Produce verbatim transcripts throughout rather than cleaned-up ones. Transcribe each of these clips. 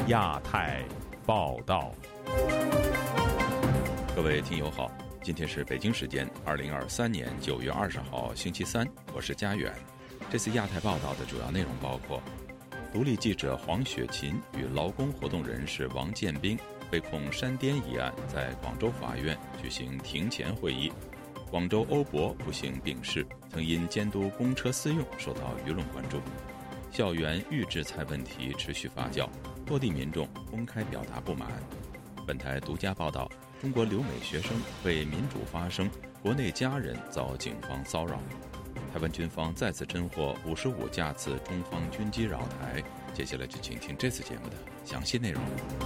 亚太报道。各位听友好，今天是北京时间二零二三年九月二十号星期三，我是佳远。这次亚太报道的主要内容包括：独立记者黄雪琴与劳工活动人士王建兵被控煽颠一案在广州法院举行庭前会议；广州欧博不幸病逝，曾因监督公车私用受到舆论关注；校园预制菜问题持续发酵，多地民众公开表达不满。本台独家报道：中国留美学生为民主发声，国内家人遭警方骚扰。台湾军方再次侦获五十五架次中方军机扰台。接下来就请听这次节目的详细内容。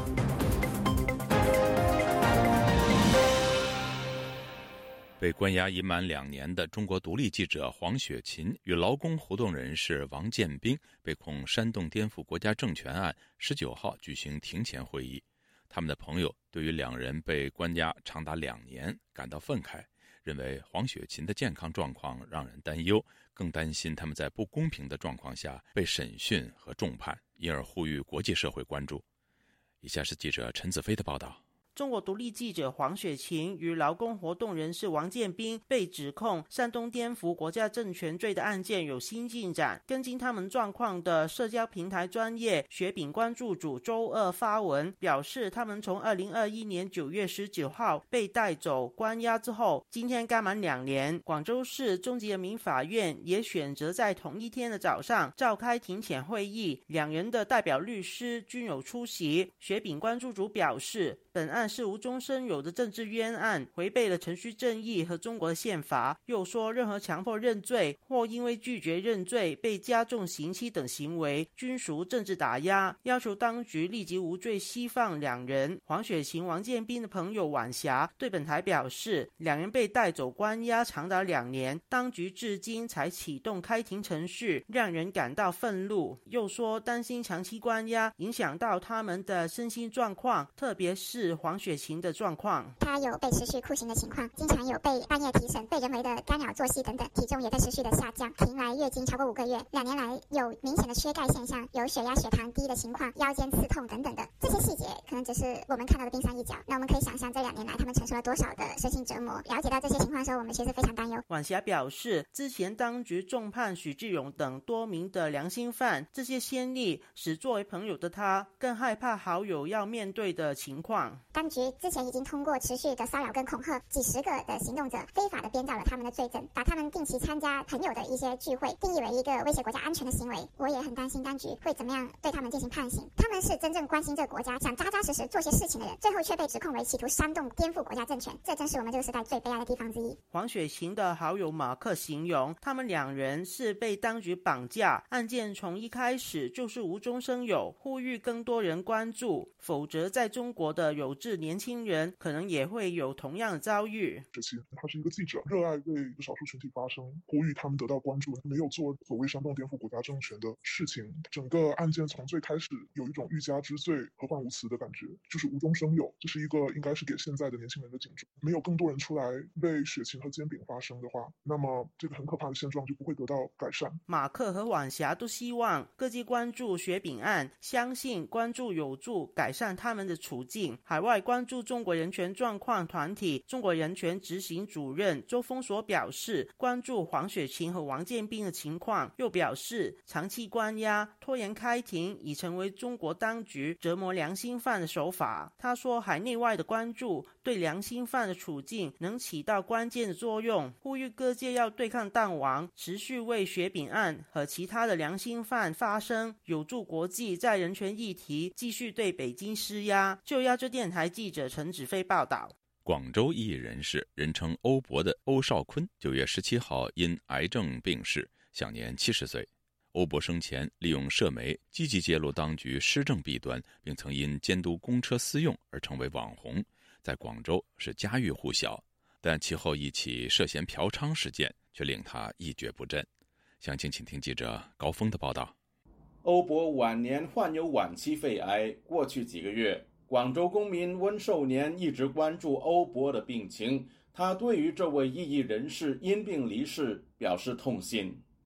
被关押已满两年的中国独立记者黄雪琴与劳工活动人士王建兵被控煽动颠覆国家政权案，十九号举行庭前会议。他们的朋友对于两人被关押长达两年感到愤慨，认为黄雪琴的健康状况让人担忧，更担心他们在不公平的状况下被审讯和重判，因而呼吁国际社会关注。以下是记者陈子飞的报道。 中国独立记者黄雪琴与劳工活动人士王建兵被指控煽动颠覆国家政权罪的案件有新进展。跟进他们状况的社交平台专业雪饼关注组周二发文表示，他们从二零二一年九月十九号被带走关押之后，今天刚满两年。广州市中级人民法院也选择在同一天的早上召开庭前会议，两人的代表律师均有出席。雪饼关注组表示，本案是无中生有的政治冤案，违背了程序正义和中国的宪法。又说，任何强迫认罪或因为拒绝认罪被加重刑期等行为均属政治打压，要求当局立即无罪释放两人。黄雪琴、王建兵的朋友晚霞对本台表示，两人被带走关押长达两年，当局至今才启动开庭程序，让人感到愤怒。又说，担心长期关押影响到他们的身心状况，特别是黄雪琴的状况。 他有被持续酷刑的情况，经常有被半夜提审，被人为的干扰作息等等，体重也在持续的下降，停来月经超过五个月，两年来有明显的缺钙现象，有血压血糖低的情况，腰间刺痛等等的。这些细节可能只是我们看到的冰山一角，那我们可以想象这两年来他们承受了多少的身心折磨。了解到这些情况的时候，我们其实非常担忧。 晚霞表示，之前当局重判许志勇等多名的良心犯，这些先例使作为朋友的他更害怕好友要面对的情况。 当局之前已经通过持续的骚扰跟恐吓，几十个的行动者非法的编造了他们的罪证，把他们定期参加朋友的一些聚会定义为一个威胁国家安全的行为。我也很担心当局会怎么样对他们进行判刑。他们是真正关心这个国家，想扎扎实实做些事情的人，最后却被指控为企图煽动颠覆国家政权，这真是我们这个时代最悲哀的地方之一。 黄雪琴的好友马克形容，他们两人是被当局绑架，案件从一开始就是无中生有，呼吁更多人关注，否则在中国的有志年轻人可能也会有同样的遭遇。 这期他是一个记者，热爱为少数群体发声，呼吁他们得到关注，没有做所谓煽动颠覆国家政权的事情。整个案件从最开始有一种欲加之罪、何患无辞的感觉，就是无中生有。这是一个应该是给现在的年轻人的警钟。没有更多人出来为雪琴和煎饼发声的话，那么这个很可怕的现状就不会得到改善。 马克和晚霞都希望各界关注雪饼案，相信关注有助改善他们的处境。海外关注中国人权状况团体中国人权执行主任周峰所表示，关注黄雪琴和王建兵的情况，又表示长期关押、拖延开庭已成为中国当局折磨良心犯的手法。他说，海内外的关注对良心犯的处境能起到关键的作用，呼吁各界要对抗弹王，持续为雪饼案和其他的良心犯发声，有助国际在人权议题继续对北京施压。就亚洲电台记者陈子飞报道。 广州异议人士人称欧博的欧少坤九月十七号因癌症病逝，享年七十岁。欧博生前利用社媒积极揭露当局施政弊端，并曾因监督公车私用而成为网红，在广州是家喻户晓。但其后一起涉嫌嫖娼事件却令他一蹶不振。详情请听记者高峰的报道。 欧博晚年患有晚期肺癌，过去几个月，广州公民温寿年一直关注欧博的病情，他对于这位异议人士因病离世表示痛心。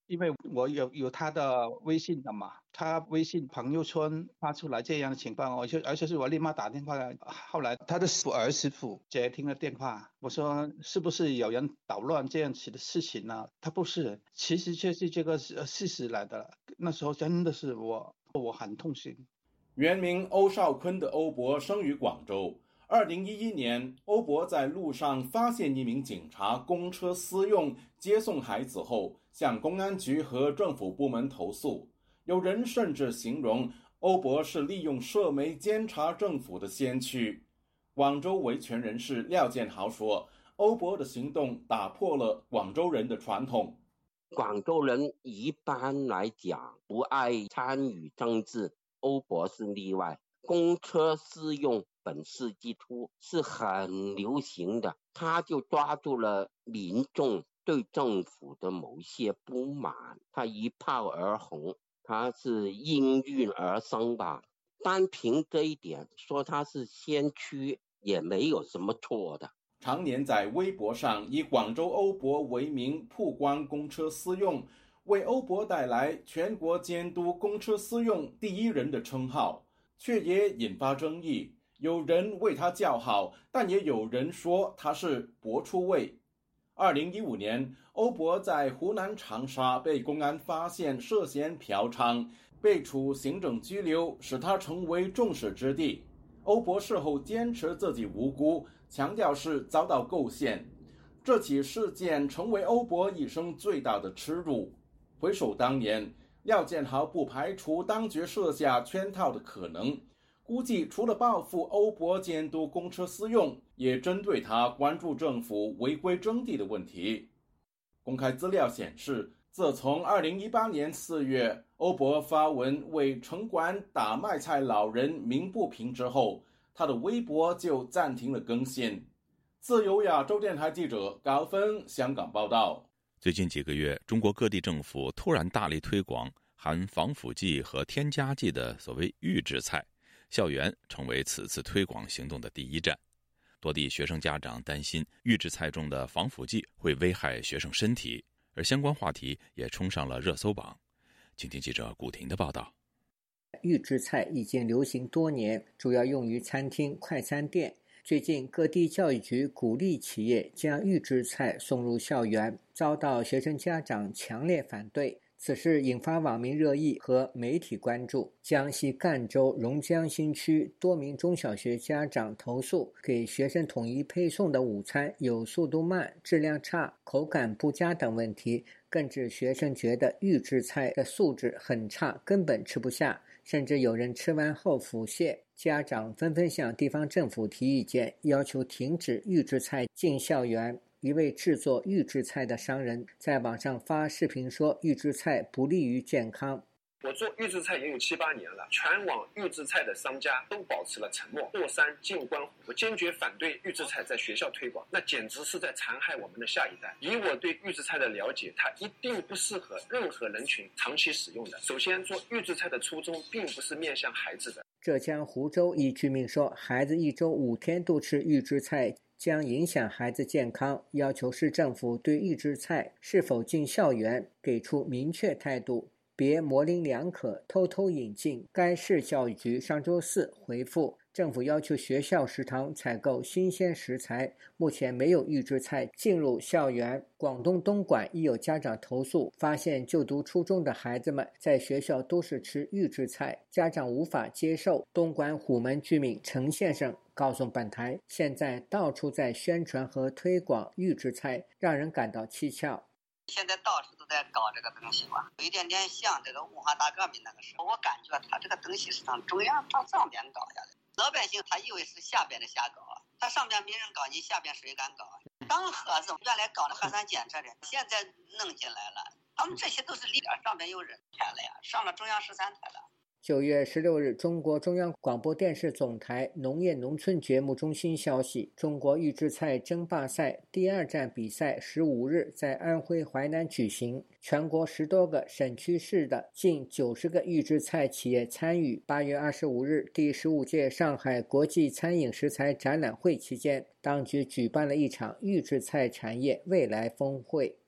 因为我有有他的微信的嘛，他微信朋友圈发出来这样的情况，而且而且是我立马打电话，后来他的儿媳妇接听了电话，我说是不是有人捣乱这样子的事情呢？他不是，其实却是这个事实来的。那时候真的是我我很痛心。 原名欧少坤的欧博生于广州。二零一一年，欧博在路上发现一名警察公车私用接送孩子后，向公安局和政府部门投诉。有人甚至形容欧博是利用社媒监察政府的先驱。广州维权人士廖建豪说，欧博的行动打破了广州人的传统。 广州人一般来讲不爱参与政治，欧博是例外。公车私用本世纪初是很流行的，他就抓住了民众对政府的某些不满，他一炮而红，他是应运而生吧。单凭这一点说他是先驱也没有什么错的。 常年在微博上以广州欧博为名曝光公车私用，为欧博带来全国监督公车私用第一人的称号，却也引发争议。有人为他叫好，但也有人说他是博出位。二零一五年，欧博在湖南长沙被公安发现涉嫌嫖娼，被处行政拘留，使他成为众矢之的。欧博事后坚持自己无辜，强调是遭到构陷。这起事件成为欧博一生最大的耻辱。回首当年，廖建豪不排除当局设下圈套的可能，估计除了报复欧博监督公车私用，也针对他关注政府违规征地的问题。公开资料显示，自从二零一八年四月欧博发文为城管打卖菜老人鸣不平之后，他的微博就暂停了更新。自由亚洲电台记者高峰香港报道。 最近几个月，中国各地政府突然大力推广含防腐剂和添加剂的所谓预制菜，校园成为此次推广行动的第一站。多地学生家长担心预制菜中的防腐剂会危害学生身体，而相关话题也冲上了热搜榜。请听记者古婷的报道。 预制菜已经流行多年，主要用于餐厅、快餐店。最近各地教育局鼓励企业将预制菜送入校园，遭到学生家长强烈反对。此事引发网民热议和媒体关注。江西赣州榕江新区多名中小学家长投诉，给学生统一配送的午餐有速度慢、质量差、口感不佳等问题，更指学生觉得预制菜的素质很差，根本吃不下，甚至有人吃完后腹泻。家长纷纷向地方政府提意见，要求停止预制菜进校园。一位制作预制菜的商人在网上发视频说，预制菜不利于健康。 我做预制菜也有七八年了，全网预制菜的商家都保持了沉默，过山进关虎。我坚决反对预制菜在学校推广，那简直是在残害我们的下一代。以我对预制菜的了解，它一定不适合任何人群长期使用的。首先，做预制菜的初衷并不是面向孩子的。 浙江湖州一居民说，孩子一周五天都吃预制菜将影响孩子健康，要求市政府对预制菜是否进校园给出明确态度，别模棱两可偷偷引进。该市教育局上周四回复，政府要求学校食堂采购新鲜食材，目前没有预制菜进入校园。广东东莞亦有家长投诉，发现就读初中的孩子们在学校都是吃预制菜，家长无法接受。东莞虎门居民陈先生告诉本台，现在到处在宣传和推广预制菜，让人感到蹊跷。 现在到处都在搞这个东西吧，有一点点像这个文化大革命那个时候，我感觉他这个东西是从中央到上边搞下来，老百姓他以为是下边的瞎搞啊，他上边没人搞，你下边谁敢搞啊？当盒子原来搞的核酸检测的，现在弄进来了，他们这些都是里边上边有人台了呀，上了中央十三台了。 九月十六日，中国中央广播电视总台农业农村节目中心消息，中国预制菜争霸赛第二站比赛十五日在安徽淮南举行，全国十多个省区市的近九十个预制菜企业参与。八月二十五日，第十五届上海国际餐饮食材展览会期间，当局举办了一场预制菜产业未来峰会。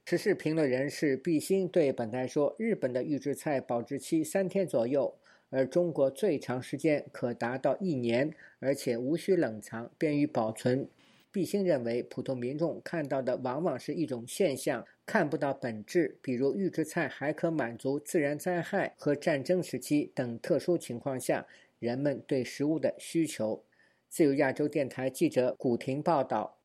时事评论人士毕兴对本台说，日本的预制菜保质期三天左右，而中国最长时间可达到一年，而且无需冷藏，便于保存。毕兴认为，普通民众看到的往往是一种现象，看不到本质，比如预制菜还可满足自然灾害和战争时期等特殊情况下人们对食物的需求。自由亚洲电台记者古婷报道。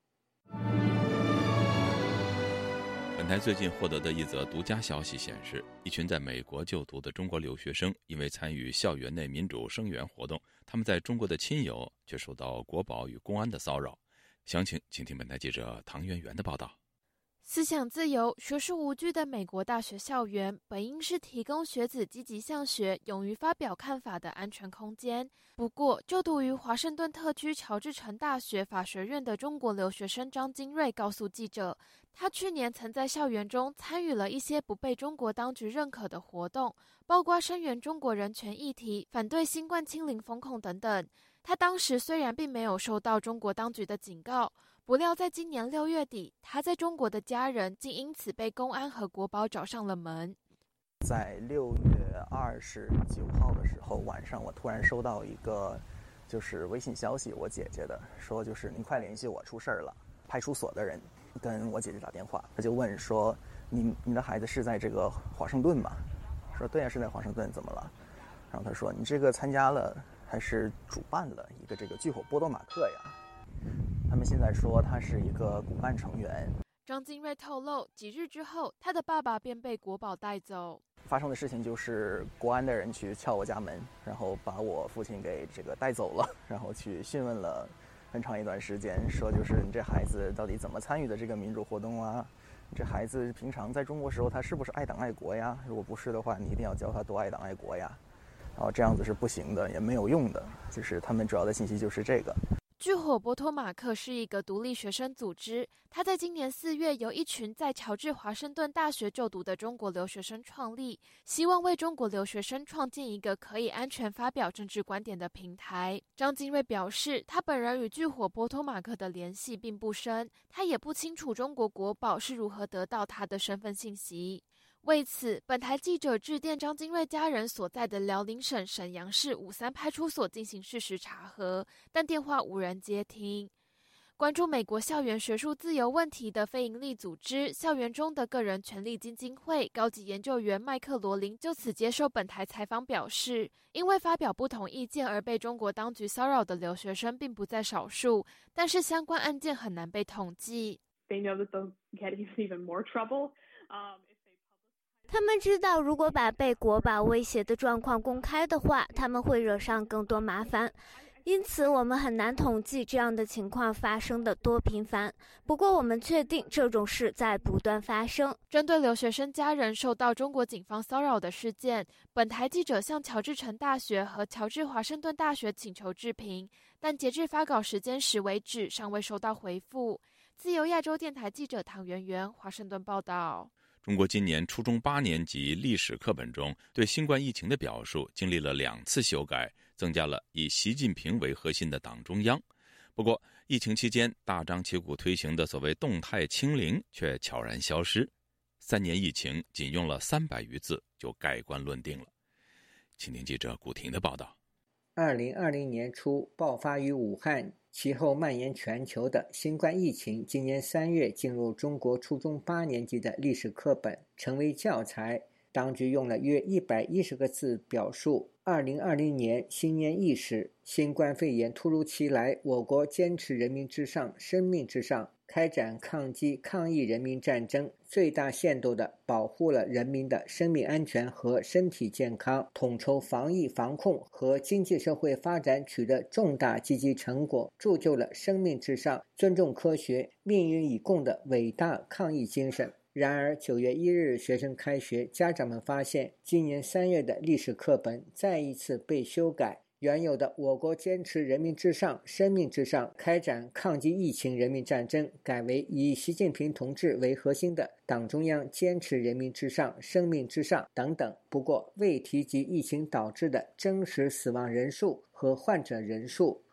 本台最近获得的一则独家消息显示，一群在美国就读的中国留学生因为参与校园内民主声援活动，他们在中国的亲友却受到国保与公安的骚扰。详情请听本台记者唐媛媛的报道。 思想自由、学术无拘的美国大学校园本应是提供学子积极向学、勇于发表看法的安全空间。不过，就读于华盛顿特区乔治城大学法学院的中国留学生张金瑞告诉记者，他去年曾在校园中参与了一些不被中国当局认可的活动，包括声援中国人权议题、反对新冠清零封控等等。他当时虽然并没有受到中国当局的警告，不料在今年六月底，他在中国的家人竟因此被公安和国保找上了门。 在六月二十九号的时候晚上，我突然收到一个就是微信消息，我姐姐的，说就是您快联系我，出事儿了。派出所的人跟我姐姐打电话，他就问说，你你的孩子是在这个华盛顿吗？说对啊，是在华盛顿，怎么了？然后他说，你这个参加了还是主办了一个这个炬火波多马克呀？他们现在说他是一个骨干成员。 张金瑞透露，几日之后，他的爸爸便被国保带走。 发生的事情就是国安的人去撬我家门，然后把我父亲给这个带走了，然后去讯问了很长一段时间，说就是你这孩子到底怎么参与的这个民主活动啊？你这孩子平常在中国时候他是不是爱党爱国呀？如果不是的话，你一定要教他多爱党爱国呀。然后这样子是不行的，也没有用的。就是他们主要的信息就是这个。 炬火波托马克是一个独立学生组织，它在今年四月由一群在乔治华盛顿大学就读的中国留学生创立，希望为中国留学生创建一个可以安全发表政治观点的平台。张金瑞表示，他本人与炬火波托马克的联系并不深，他也不清楚中国国保是如何得到他的身份信息。为此，本台记者致电张金瑞家人所在的辽宁省沈阳市五三派出所进行事实查核，但电话无人接听。关注美国校园学术自由问题的非营利组织校园中的个人权利基金会高级研究员麦克罗林就此接受本台采访表示，因为发表不同意见而被中国当局骚扰的留学生并不在少数，但是相关案件很难被统计。 They know that they'll get even more trouble. Um, 他们知道，如果把被国保威胁的状况公开的话，他们会惹上更多麻烦。因此，我们很难统计这样的情况发生的多频繁。不过，我们确定这种事在不断发生。 针对留学生家人受到中国警方骚扰的事件，本台记者向乔治城大学和乔治华盛顿大学请求置评，但截至发稿时间时为止，尚未收到回复。自由亚洲电台记者唐媛媛，华盛顿报道。 中国今年初中八年级历史课本中对新冠疫情的表述经历了两次修改，增加了以习近平为核心的党中央。不过，疫情期间大张旗鼓推行的所谓动态清零却悄然消失。三年疫情仅用了三百余字就盖棺论定了。请听记者古婷的报道。 二零二零年初爆发于武汉，其后蔓延全球的新冠疫情，今年三月进入中国初中八年级的历史课本，成为教材。当局用了约一百一十个字表述二零二零年新年伊始，新冠肺炎突如其来，我国坚持人民至上、生命至上，开展抗击抗疫人民战争，最大限度地保护了人民的生命安全和身体健康，统筹防疫防控和经济社会发展取得重大积极成果，铸就了生命至上、尊重科学、命运以共的伟大抗疫精神。然而九月一日学生开学，家长们发现今年三月的历史课本再一次被修改，原有的我国坚持人民至上、生命至上，开展抗击疫情人民战争，改为以习近平同志为核心的党中央坚持人民至上、生命至上等等。不过未提及疫情导致的真实死亡人数和患者人数。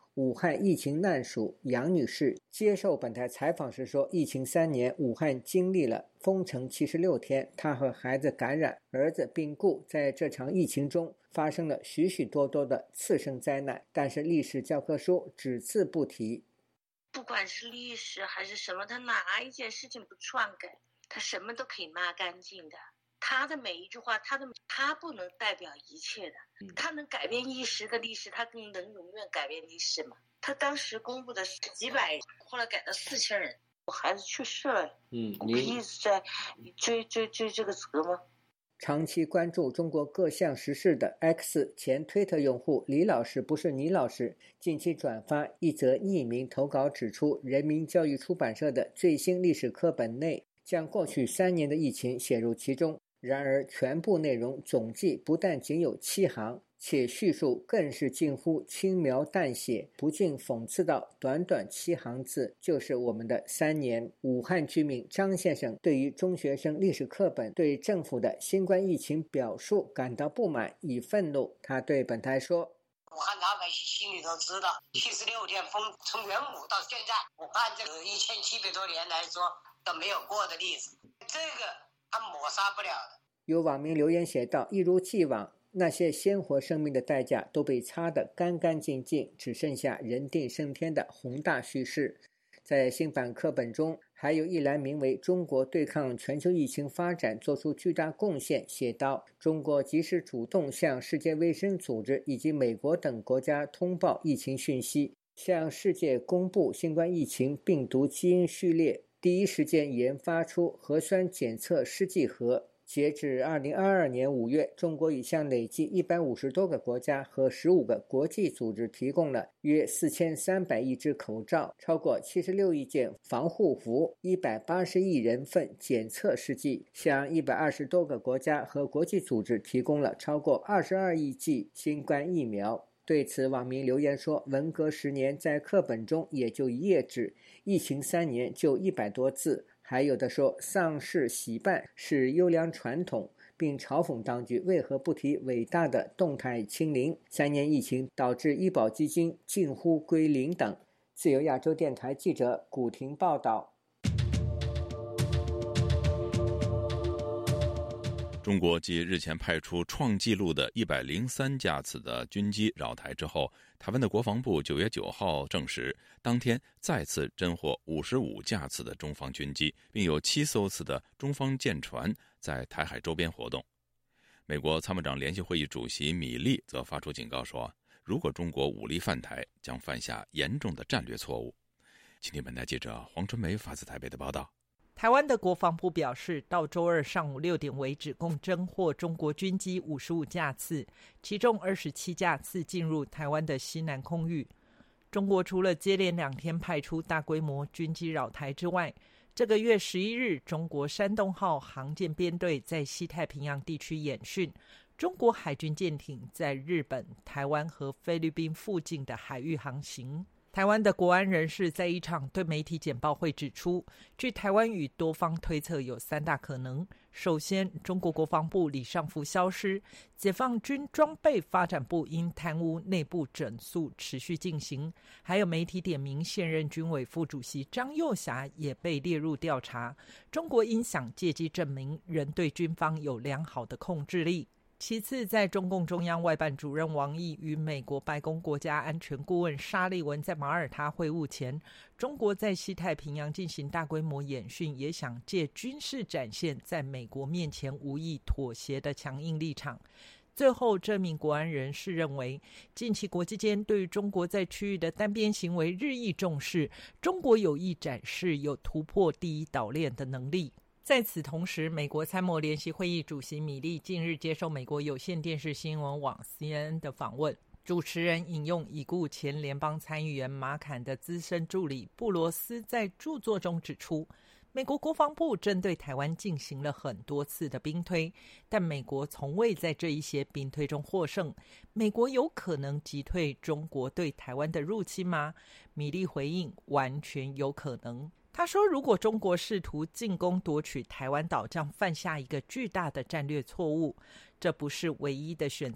武汉疫情难属杨女士接受本台采访时说，疫情三年，武汉经历了封城七十六天，她和孩子感染，儿子病故，在这场疫情中发生了许许多多的次生灾难，但是历史教科书只字不提。 不管是历史还是什么，他哪一件事情不篡改，他什么都可以抹干净的。他的每一句话，他的他不能代表一切的，他能改变一时的历史，他更能永远改变历史吗？他当时公布的是几百人，后来改到四千人，我孩子去世了，嗯，你一直在追追追这个责吗？ 长期关注中国各项时事的 X 前推特用户李老师不是倪老师，近期转发一则匿名投稿，指出人民教育出版社的最新历史课本内将过去三年的疫情写入其中。然而全部内容总计不但仅有七行，且叙述更是近乎轻描淡写，不禁讽刺到短短七行字就是我们的三年。武汉居民张先生对于中学生历史课本对政府的新冠疫情表述感到不满与愤怒。他对本台说， 武汉老百姓心里都知道，七十六天封，从元武到现在，武汉这个一千七百多年来说都没有过的例子，这个他抹杀不了的。 有网民留言写道，一如既往，那些鲜活生命的代价都被擦得干干净净，只剩下人定胜天的宏大叙事。在新版课本中，还有一栏名为中国对抗全球疫情发展做出巨大贡献，写道，中国及时主动向世界卫生组织以及美国等国家通报疫情讯息，向世界公布新冠疫情病毒基因序列，第一时间研发出核酸检测试剂盒。截至二零二二年五月，中国已向累计一百五十多个国家和十五个国际组织提供了约四千三百亿只口罩，超过七十六亿件防护服，一百八十亿人份检测试剂，向一百二十多个国家和国际组织提供了超过二十二亿剂新冠疫苗。对此，网民留言说，文革十年在课本中也就一页纸，疫情三年就一百多字。还有的说丧事喜办是优良传统，并嘲讽当局为何不提伟大的动态清零，三年疫情导致医保基金近乎归零等。自由亚洲电台记者古婷报道。 中国继日前派出创纪录的一百零三架次的军机扰台之后，台湾的国防部九月九号证实，当天再次侦获五十五架次的中方军机，并有七艘次的中方舰船在台海周边活动。美国参谋长联席会议主席米利则发出警告说，如果中国武力犯台，将犯下严重的战略错误。请听本台记者黄春梅发自台北的报道。 台湾的国防部表示，到周二上午六点为止，共侦获中国军机五十五架次，其中二十七架次进入台湾的西南空域。中国除了接连两天派出大规模军机扰台之外，这个月十一日，中国山东号航舰编队在西太平洋地区演训，中国海军舰艇在日本、台湾和菲律宾附近的海域航行。台湾的国安人士在一场对媒体简报会指出，据台湾与多方推测有三大可能。首先，中国国防部李尚福消失，解放军装备发展部因贪污内部整肃持续进行，还有媒体点名现任军委副主席张又侠也被列入调查。中国应想借机证明仍对军方有良好的控制力。其次，在中共中央外办主任王毅与美国白宫国家安全顾问沙利文在马耳他会晤前，中国在西太平洋进行大规模演训，也想借军事展现在美国面前无意妥协的强硬立场。最后，这名国安人士认为，近期国际间对于中国在区域的单边行为日益重视，中国有意展示有突破第一岛链的能力。在此同时，美国参谋联席会议主席米利近日接受美国有线电视新闻网 C N N 的访问，主持人引用已故前联邦参议员马坎的资深助理布罗斯在著作中指出，美国国防部针对台湾进行了很多次的兵推，但美国从未在这一些兵推中获胜。美国有可能击退中国对台湾的入侵吗？米利回应，完全有可能。他说，如果中国试图进攻夺取台湾岛，将犯下一个巨大的战略错误。这不是唯一的选择，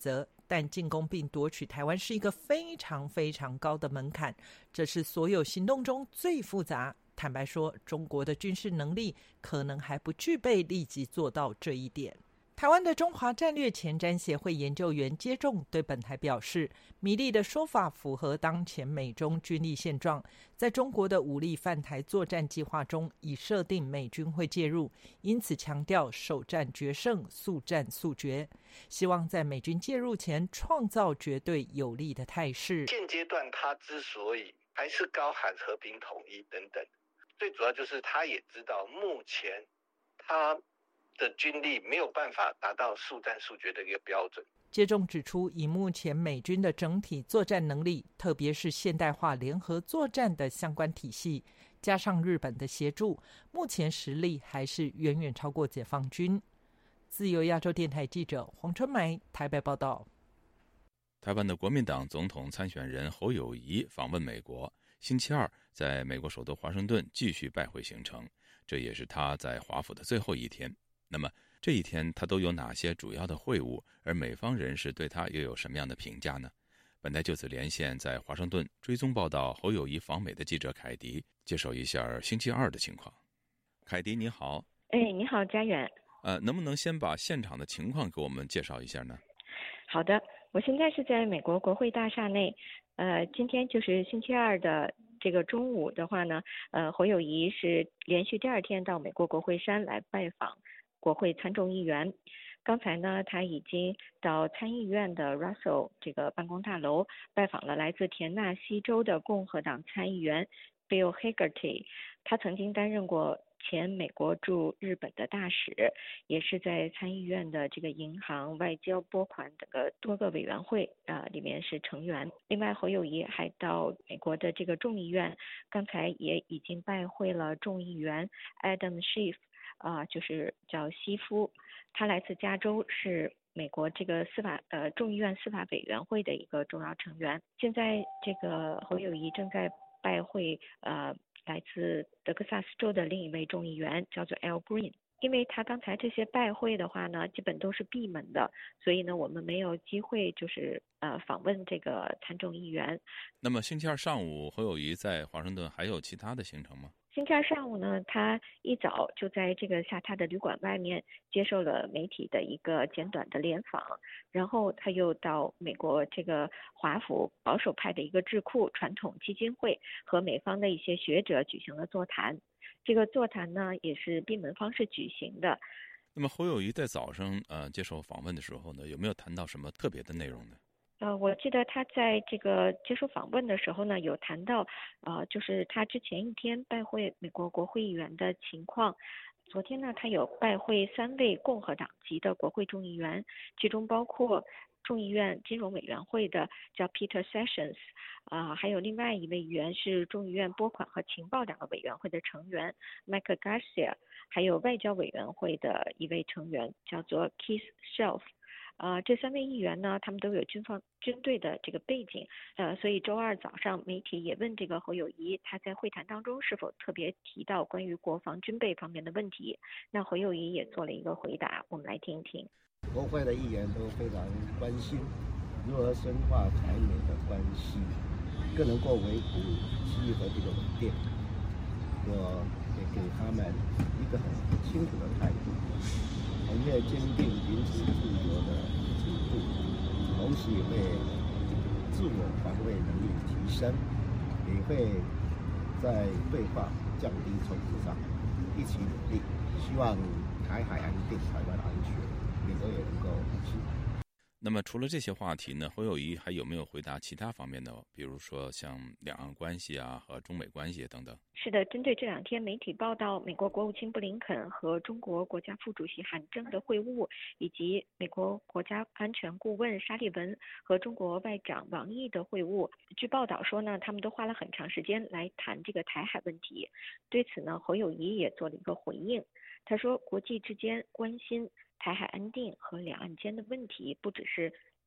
但进攻并夺取台湾是一个非常非常高的门槛，这是所有行动中最复杂。坦白说，中国的军事能力可能还不具备立即做到这一点。台湾的中华战略前瞻协会研究员接种对本台表示，米利的说法符合当前美中军力现状，在中国的武力犯台作战计划中已设定美军会介入，因此强调首战决胜，速战速决，希望在美军介入前创造绝对有利的态势。 现阶段他之所以还是高喊和平统一等等，最主要就是他也知道目前他的军力没有办法达到速战速决的一个标准。 接种指出，以目前美军的整体作战能力，特别是现代化联合作战的相关体系，加上日本的协助，目前实力还是远远超过解放军。自由亚洲电台记者黄春梅台北报道。 台湾的国民党总统参选人侯友宜访问美国，星期二在美国首都华盛顿继续拜会行程，这也是他在华府的最后一天。那么这一天他都有哪些主要的会晤，而美方人士对他又有什么样的评价呢？本台就此连线在华盛顿追踪报道侯友宜访美的记者凯迪，介绍一下星期二的情况。凯迪你好。 哎，你好家远。 呃，能不能先把现场的情况给我们介绍一下呢？ 好的，我现在是在美国国会大厦内，呃，今天就是星期二的这个中午的话呢，呃，侯友宜是连续第二天到美国国会山来拜访国会参众议员。刚才呢，他已经到参议院的 Russell 这个办公大楼拜访了来自田纳西州的共和党参议员 Bill Hagerty， 他曾经担任过前美国驻日本的大使，也是在参议院的这个银行、外交、拨款等个多个委员会啊、呃、里面是成员。另外，侯友宜还到美国的这个众议院，刚才也已经拜会了众议员 Adam Schiff。啊，就是叫西夫，他来自加州，是美国这个司法呃众议院司法委员会的一个重要成员。现在这个侯友宜正在拜会呃来自德克萨斯州的另一位众议员，叫做 Al Green。因为他刚才这些拜会的话呢，基本都是闭门的，所以呢，我们没有机会就是呃访问这个参众议员。 那么星期二上午，侯友宜在华盛顿还有其他的行程吗？ 星期二上午呢，他一早就在这个下榻的旅馆外面接受了媒体的一个简短的联访，然后他又到美国这个华府保守派的一个智库传统基金会和美方的一些学者举行了座谈。这个座谈呢也是闭门方式举行的。 那么侯友宜在早上呃接受访问的时候呢，有没有谈到什么特别的内容呢？ 呃，我记得他在这个接受访问的时候呢，有谈到，呃，就是他之前一天拜会美国国会议员的情况。昨天呢，他有拜会三位共和党籍的国会众议员，其中包括众议院金融委员会的叫 Peter Sessions， 啊、呃，还有另外一位议员是众议院拨款和情报两个委员会的成员 Mike Garcia， 还有外交委员会的一位成员叫做 Keith Shelf。呃，这三位议员呢，他们都有军方军队的这个背景，呃，所以周二早上媒体也问这个侯友宜，他在会谈当中是否特别提到关于国防军备方面的问题。那侯友宜也做了一个回答，我们来听一听。 国会的议员都非常关心如何深化台美的关系，更能够维护区域和平的稳定。我也给他们一个很清楚的态度。我们也坚定民主自由的制度，同时也会自我防卫能力提升，也会在对话降低冲突上一起努力，希望台海安定、台湾安全，美国也能够支持。 那么除了这些话题呢，侯友宜还有没有回答其他方面的，比如说像两岸关系啊和中美关系等等？ 是的，针对这两天媒体报道美国国务卿布林肯和中国国家副主席韩正的会晤，以及美国国家安全顾问沙利文和中国外长王毅的会晤，据报道说呢，他们都花了很长时间来谈这个台海问题。对此呢，侯友宜也做了一个回应，他说国际之间关心台海安定和两岸间的问题，不只是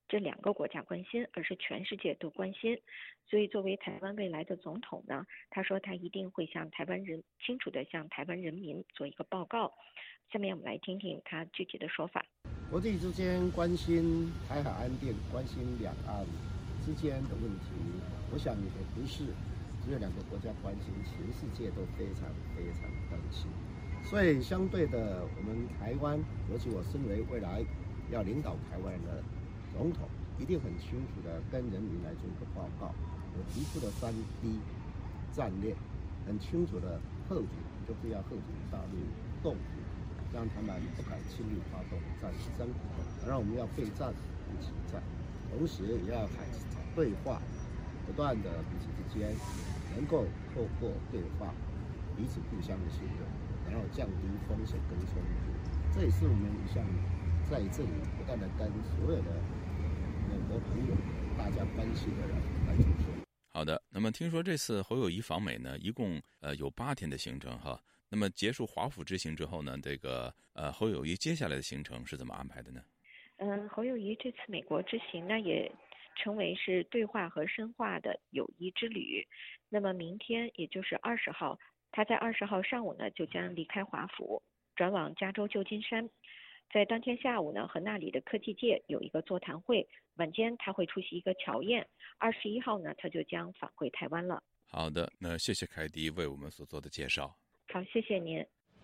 这两个国家关心，而是全世界都关心。所以作为台湾未来的总统呢，他说他一定会向台湾人清楚地向台湾人民做一个报告。下面我们来听听他具体的说法。 国际之间关心台海安定，关心两岸之间的问题，我想也不是只有两个国家关心，全世界都非常非常关心。所以相对的，我们台湾，尤其我身为未来要领导台湾的总统，一定很清楚的跟人民来做一个报告。我提出的三 D 战略，很清楚的吓阻，就是要吓阻大陆动武，让他们不敢轻易发动战争，然后我们要备战不起战，同时也要对话，不断的彼此之间能够透过对话彼此互相的信任，然后降低风险跟冲突。这也是我们一向在这里不断的跟所有的美国朋友大家关心的人来做说。 好的，那么听说这次侯友宜访美呢，一共呃有八天的行程哈。那么结束华府之行之后呢，这个呃侯友宜接下来的行程是怎么安排的呢？ 嗯，侯友宜这次美国之行呢，也成为是对话和深化的友谊之旅。那么明天也就是二十号，他在二十号上午呢就将离开华府，转往加州旧金山。在当天下午呢，和那里的科技界有一个座谈会，晚间他会出席一个乔宴。二十一号呢，他就将返回台湾了。 好的，那谢谢凯迪为我们所做的介绍。 好，谢谢您。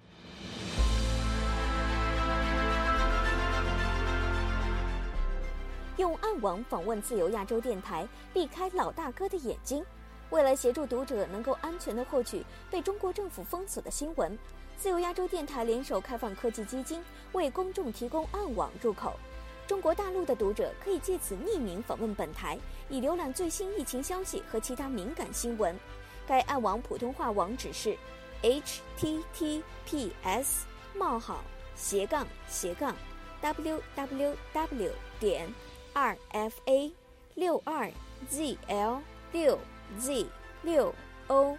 用暗网访问自由亚洲电台，避开老大哥的眼睛。为了协助读者能够安全地获取被中国政府封锁的新闻，自由亚洲电台联手开放科技基金，为公众提供暗网入口。中国大陆的读者可以借此匿名访问本台，以浏览最新疫情消息和其他敏感新闻。该暗网普通话网址是 h t t p s 冒号斜杠斜杠 w w w 点 r f a 六二 z l 六 z 六 o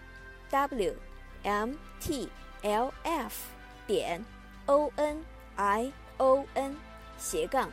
w m t l f 点 o n i o n 斜杠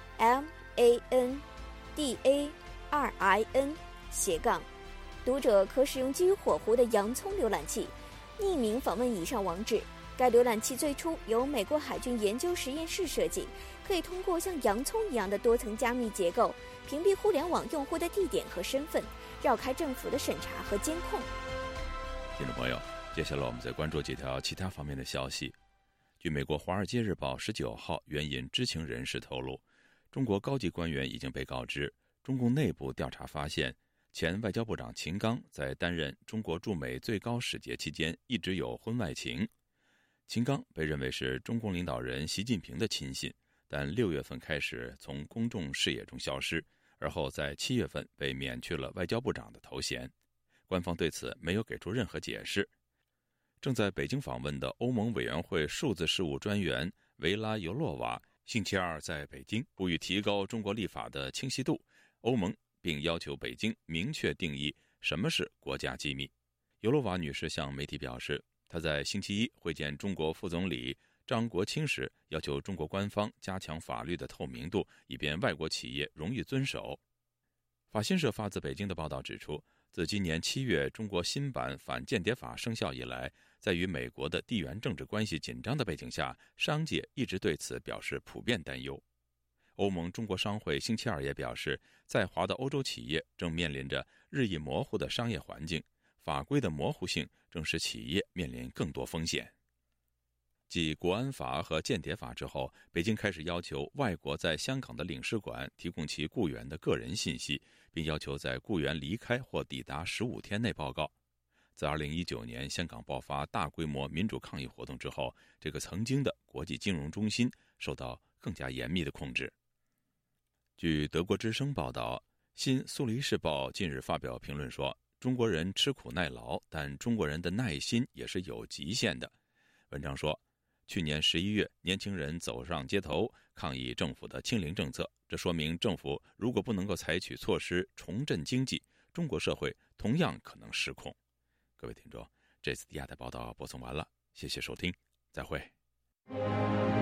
m a n d a r i n 斜杠。读者可使用基于火狐的洋葱浏览器匿名访问以上网址。该浏览器最初由美国海军研究实验室设计，可以通过像洋葱一样的多层加密结构，屏蔽互联网用户的地点和身份，绕开政府的审查和监控。 听众朋友，接下来我们再关注几条其他方面的消息。据美国《华尔街日报》十九号援引知情人士透露，中国高级官员已经被告知，中共内部调查发现，前外交部长秦刚在担任中国驻美最高使节期间一直有婚外情。秦刚被认为是中共领导人习近平的亲信，但六月份开始从公众视野中消失，而后在七月份被免去了外交部长的头衔。官方对此没有给出任何解释。正在北京访问的欧盟委员会数字事务专员维拉尤洛娃星期二在北京呼吁提高中国立法的清晰度，欧盟并要求北京明确定义什么是国家机密。尤洛娃女士向媒体表示，她在星期一会见中国副总理张国清时，要求中国官方加强法律的透明度，以便外国企业容易遵守。法新社发自北京的报道指出，自今年七月中国新版反间谍法生效以来，在与美国的地缘政治关系紧张的背景下，商界一直对此表示普遍担忧。欧盟中国商会星期二也表示，在华的欧洲企业正面临着日益模糊的商业环境，法规的模糊性正使企业面临更多风险。继国安法和间谍法之后，北京开始要求外国在香港的领事馆提供其雇员的个人信息，并要求在雇员离开或抵达十五天内报告。自二零一九年香港爆发大规模民主抗议活动之后，这个曾经的国际金融中心受到更加严密的控制。据德国之声报道，新苏黎世报近日发表评论说，中国人吃苦耐劳，但中国人的耐心也是有极限的。文章说，去年十一月，年轻人走上街头抗议政府的清零政策，这说明政府如果不能够采取措施重振经济，中国社会同样可能失控。各位听众，这次的亚太报道播送完了，谢谢收听，再会。